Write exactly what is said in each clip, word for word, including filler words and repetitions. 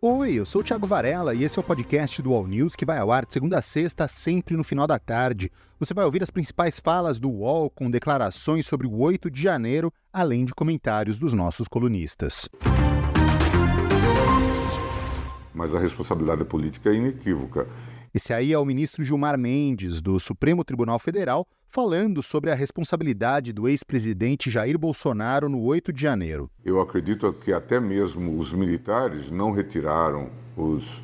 Oi, eu sou o Thiago Varela e esse é o podcast do UOL News que vai ao ar de segunda a sexta, sempre no final da tarde. Você vai ouvir as principais falas do UOL com declarações sobre o oito de janeiro, além de comentários dos nossos colunistas. Mas a responsabilidade política é inequívoca. Esse aí é o ministro Gilmar Mendes, do Supremo Tribunal Federal, falando sobre a responsabilidade do ex-presidente Jair Bolsonaro no oito de janeiro. Eu acredito que até mesmo os militares não retiraram os,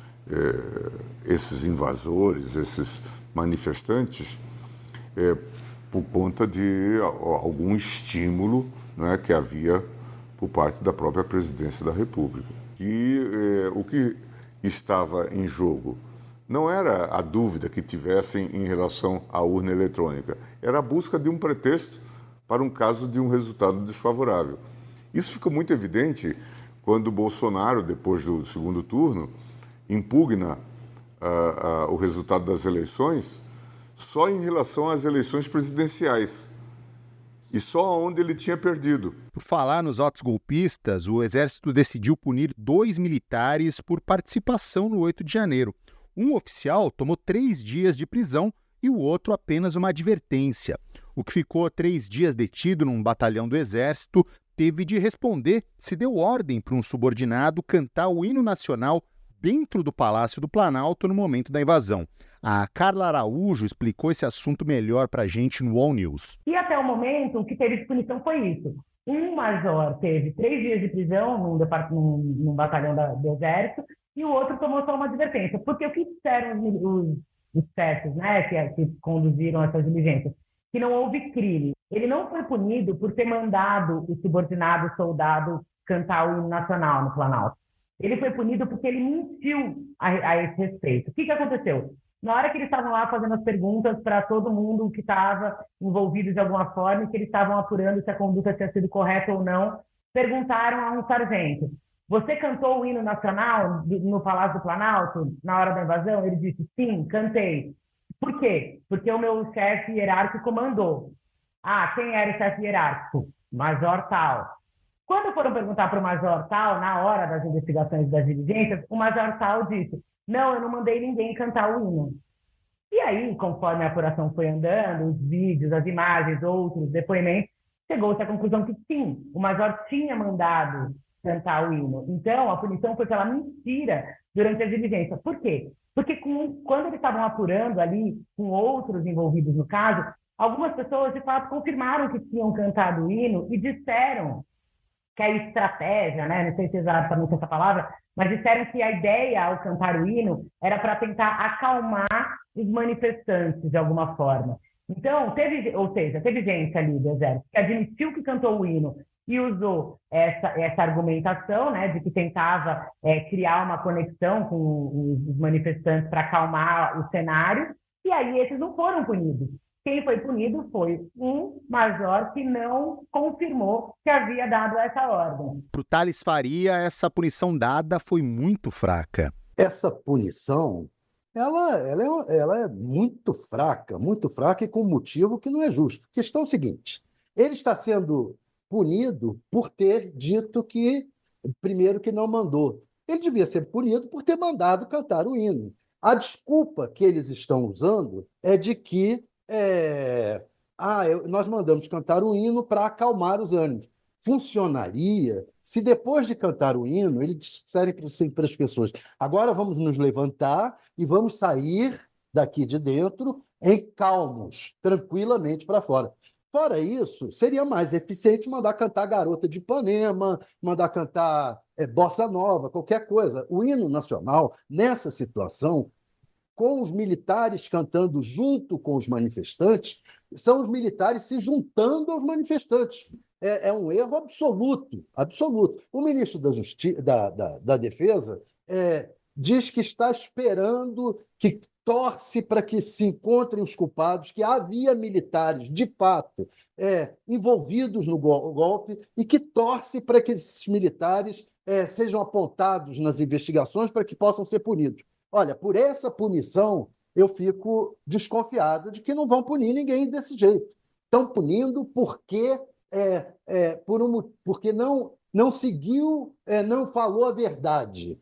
eh, esses invasores, esses manifestantes, eh, por conta de algum estímulo, né, que havia por parte da própria presidência da República. E eh, o que estava em jogo não era a dúvida que tivessem em relação à urna eletrônica, era a busca de um pretexto para um caso de um resultado desfavorável. Isso fica muito evidente quando Bolsonaro, depois do segundo turno, impugna uh, uh, o resultado das eleições só em relação às eleições presidenciais e só onde ele tinha perdido. Por falar nos atos golpistas, o Exército decidiu punir dois militares por participação no oito de janeiro. Um oficial tomou três dias de prisão e o outro apenas uma advertência. O que ficou três dias detido num batalhão do Exército teve de responder se deu ordem para um subordinado cantar o hino nacional dentro do Palácio do Planalto no momento da invasão. A Carla Araújo explicou esse assunto melhor para a gente no UOL News. E até o momento, o que teve de punição foi isso. Um major teve três dias de prisão num, num, num batalhão da, do Exército, e o outro tomou só uma advertência. Porque o que disseram os, os chefes, né, que, que conduziram essas diligências? Que não houve crime. Ele não foi punido por ter mandado o subordinado soldado cantar o hino nacional no Planalto. Ele foi punido porque ele mentiu a, a esse respeito. O que, que aconteceu? Na hora que eles estavam lá fazendo as perguntas para todo mundo que estava envolvido de alguma forma e que eles estavam apurando se a conduta tinha sido correta ou não, perguntaram a um sargento: você cantou o hino nacional no Palácio do Planalto na hora da invasão? Ele disse: sim, cantei. Por quê? Porque o meu chefe hierárquico mandou. Ah, quem era o chefe hierárquico? Major tal. Quando foram perguntar para o Major tal, na hora das investigações das diligências, o Major tal disse: não, eu não mandei ninguém cantar o hino. E aí, conforme a apuração foi andando, os vídeos, as imagens, outros depoimentos, chegou-se à conclusão que sim, o Major tinha mandado cantar o hino. Então, a punição foi pela mentira durante a diligência. Por quê? Porque com, quando eles estavam apurando ali com outros envolvidos no caso, algumas pessoas, de fato, confirmaram que tinham cantado o hino e disseram que a estratégia, né, não sei se é exatamente essa palavra, mas disseram que a ideia ao cantar o hino era para tentar acalmar os manifestantes de alguma forma. Então, teve, ou seja, teve gente ali do Exército que admitiu que cantou o hino e usou essa, essa argumentação, né, de que tentava é, criar uma conexão com os manifestantes para acalmar o cenário, e aí esses não foram punidos. Quem foi punido foi um major que não confirmou que havia dado essa ordem. Para o Thales Faria, essa punição dada foi muito fraca. Essa punição, ela, ela, é, ela é muito fraca, muito fraca e com um motivo que não é justo. A questão é o seguinte: ele está sendo punido por ter dito que, primeiro, que não mandou. Ele devia ser punido por ter mandado cantar o hino. A desculpa que eles estão usando é de que é, ah, eu, nós mandamos cantar o hino para acalmar os ânimos. Funcionaria se depois de cantar o hino, eles disserem para as pessoas: agora vamos nos levantar e vamos sair daqui de dentro em calmos, tranquilamente para fora. Fora isso, seria mais eficiente mandar cantar Garota de Ipanema, mandar cantar é, Bossa Nova, qualquer coisa. O hino nacional, nessa situação, com os militares cantando junto com os manifestantes, são os militares se juntando aos manifestantes. É, é um erro absoluto, absoluto. O ministro da, Justi- da, da, da Defesa é, diz que está esperando, que torce para que se encontrem os culpados, que havia militares, de fato, é, envolvidos no gol- golpe e que torce para que esses militares é, sejam apontados nas investigações para que possam ser punidos. Olha, por essa punição, eu fico desconfiado de que não vão punir ninguém desse jeito. Estão punindo porque, é, é, por um, porque não, não seguiu, é, não falou a verdade.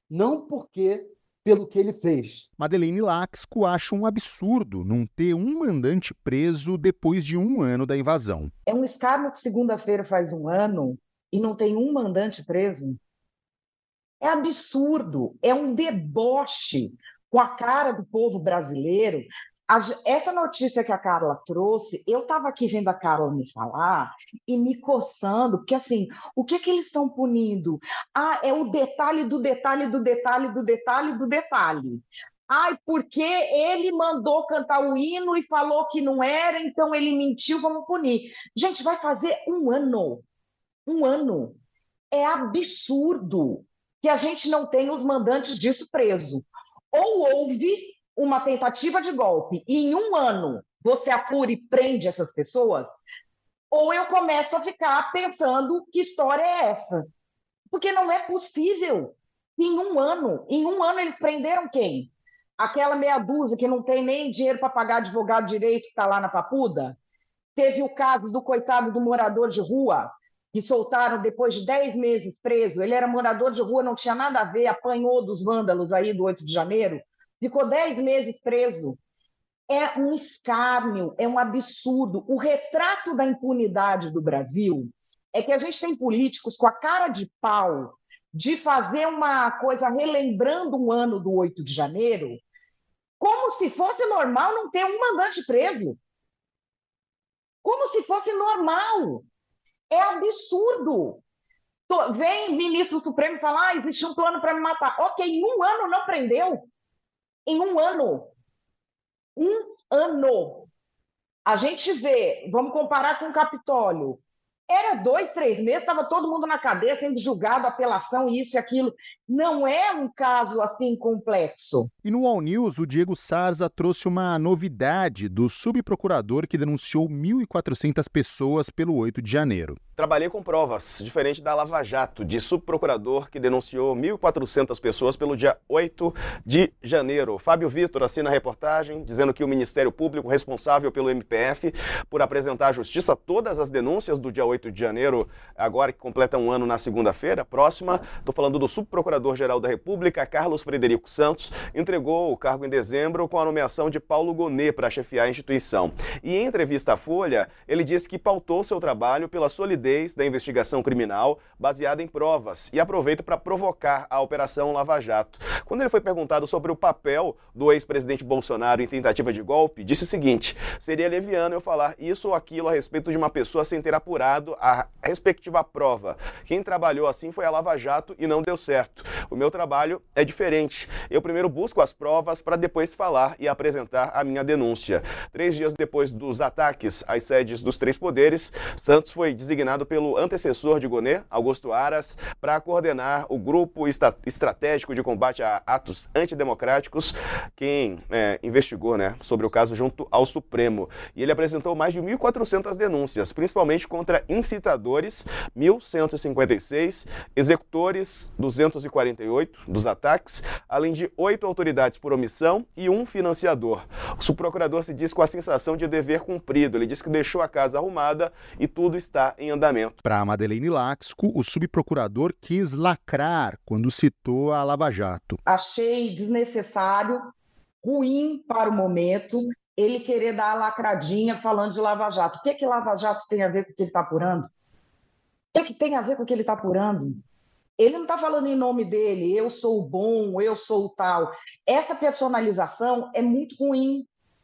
não porque pelo que ele fez. Madeleine Laxco acha um absurdo não ter um mandante preso depois de um ano da invasão. É um escárnio que segunda-feira faz um ano e não tem um mandante preso. É absurdo, é um deboche com a cara do povo brasileiro. Essa notícia que a Carla trouxe, eu estava aqui vendo a Carla me falar e me coçando, porque assim, o que, que eles estão punindo? Ah, é o detalhe do detalhe do detalhe do detalhe do detalhe. Ai, porque ele mandou cantar o hino e falou que não era, então ele mentiu, vamos punir. Gente, vai fazer um ano. Um ano. É absurdo que a gente não tenha os mandantes disso preso. Ou houve uma tentativa de golpe e em um ano você apura e prende essas pessoas, ou eu começo a ficar pensando que história é essa. Porque não é possível. Em um ano, em um ano eles prenderam quem? Aquela meia dúzia que não tem nem dinheiro para pagar advogado direito que está lá na Papuda? Teve o caso do coitado do morador de rua, que soltaram depois de dez meses preso. Ele era morador de rua, não tinha nada a ver, apanhou dos vândalos aí do oito de janeiro, ficou dez meses preso. É um escárnio, é um absurdo. O retrato da impunidade do Brasil é que a gente tem políticos com a cara de pau de fazer uma coisa relembrando um ano do oito de janeiro, como se fosse normal não ter um mandante preso. Como se fosse normal. É absurdo. Vem ministro do Supremo e fala, ah, existe um plano para me matar. Ok, em um ano não prendeu. Em um ano. Um ano. A gente vê, vamos comparar com o Capitólio. Era dois, três meses, estava todo mundo na cadeia, sendo julgado, apelação, isso e aquilo. Não é um caso assim complexo. E no All News, o Diego Sarza trouxe uma novidade do subprocurador que denunciou mil e quatrocentas pessoas pelo oito de janeiro. Trabalhei com provas, diferente da Lava Jato, de subprocurador que denunciou mil e quatrocentas pessoas pelo dia oito de janeiro. Fábio Vitor assina a reportagem dizendo que o Ministério Público, responsável pelo M P F, por apresentar à Justiça todas as denúncias do dia oito de janeiro, agora que completa um ano na segunda-feira, próxima, estou falando do subprocurador-geral da República, Carlos Frederico Santos, entregou o cargo em dezembro com a nomeação de Paulo Gonet para chefiar a instituição. E em entrevista à Folha, ele disse que pautou seu trabalho pela solidez da investigação criminal baseada em provas e aproveita para provocar a Operação Lava Jato. Quando ele foi perguntado sobre o papel do ex-presidente Bolsonaro em tentativa de golpe, disse o seguinte: seria leviano eu falar isso ou aquilo a respeito de uma pessoa sem ter apurado a respectiva prova. Quem trabalhou assim foi a Lava Jato e não deu certo. O meu trabalho é diferente. Eu primeiro busco as provas para depois falar e apresentar a minha denúncia. Três dias depois dos ataques às sedes dos três poderes, Santos foi designado pelo antecessor de Gonet, Augusto Aras, para coordenar o grupo estratégico de combate a atos antidemocráticos, quem é, investigou, né, sobre o caso junto ao Supremo. E ele apresentou mais de mil e quatrocentas denúncias, principalmente contra incitadores, mil cento e cinquenta e seis, executores, duzentos e quarenta e oito dos ataques, além de oito autoridades por omissão e um financiador. O subprocurador se diz com a sensação de dever cumprido. Ele diz que deixou a casa arrumada e tudo está em andamento. Para Madeleine Laxco, o subprocurador quis lacrar quando citou a Lava Jato. Achei desnecessário, ruim para o momento, ele querer dar a lacradinha falando de Lava Jato. O que, que Lava Jato tem a ver com o que ele está apurando? O que, que tem a ver com o que ele está apurando? Ele não está falando em nome dele, eu sou o bom, eu sou o tal. Essa personalização é muito ruim.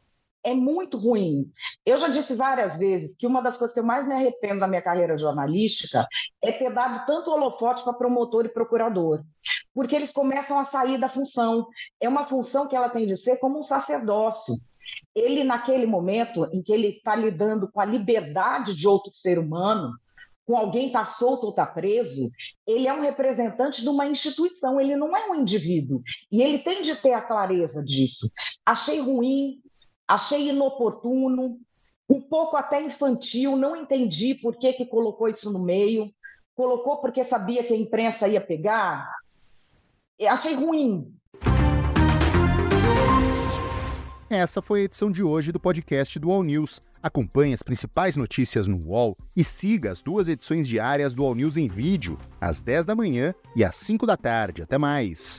É muito ruim. Eu já disse várias vezes que uma das coisas que eu mais me arrependo da minha carreira jornalística é ter dado tanto holofote para promotor e procurador, porque eles começam a sair da função. É uma função que ela tem de ser como um sacerdócio. Ele, naquele momento em que ele está lidando com a liberdade de outro ser humano, com alguém está solto ou está preso, ele é um representante de uma instituição, ele não é um indivíduo. E ele tem de ter a clareza disso. Achei ruim, achei inoportuno, um pouco até infantil, não entendi por que, que colocou isso no meio. Colocou porque sabia que a imprensa ia pegar. Achei ruim. Essa foi a edição de hoje do podcast do All News. Acompanhe as principais notícias no U O L e siga as duas edições diárias do All News em vídeo, às dez da manhã e às cinco da tarde. Até mais!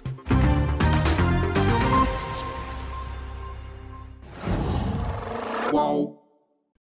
Qual?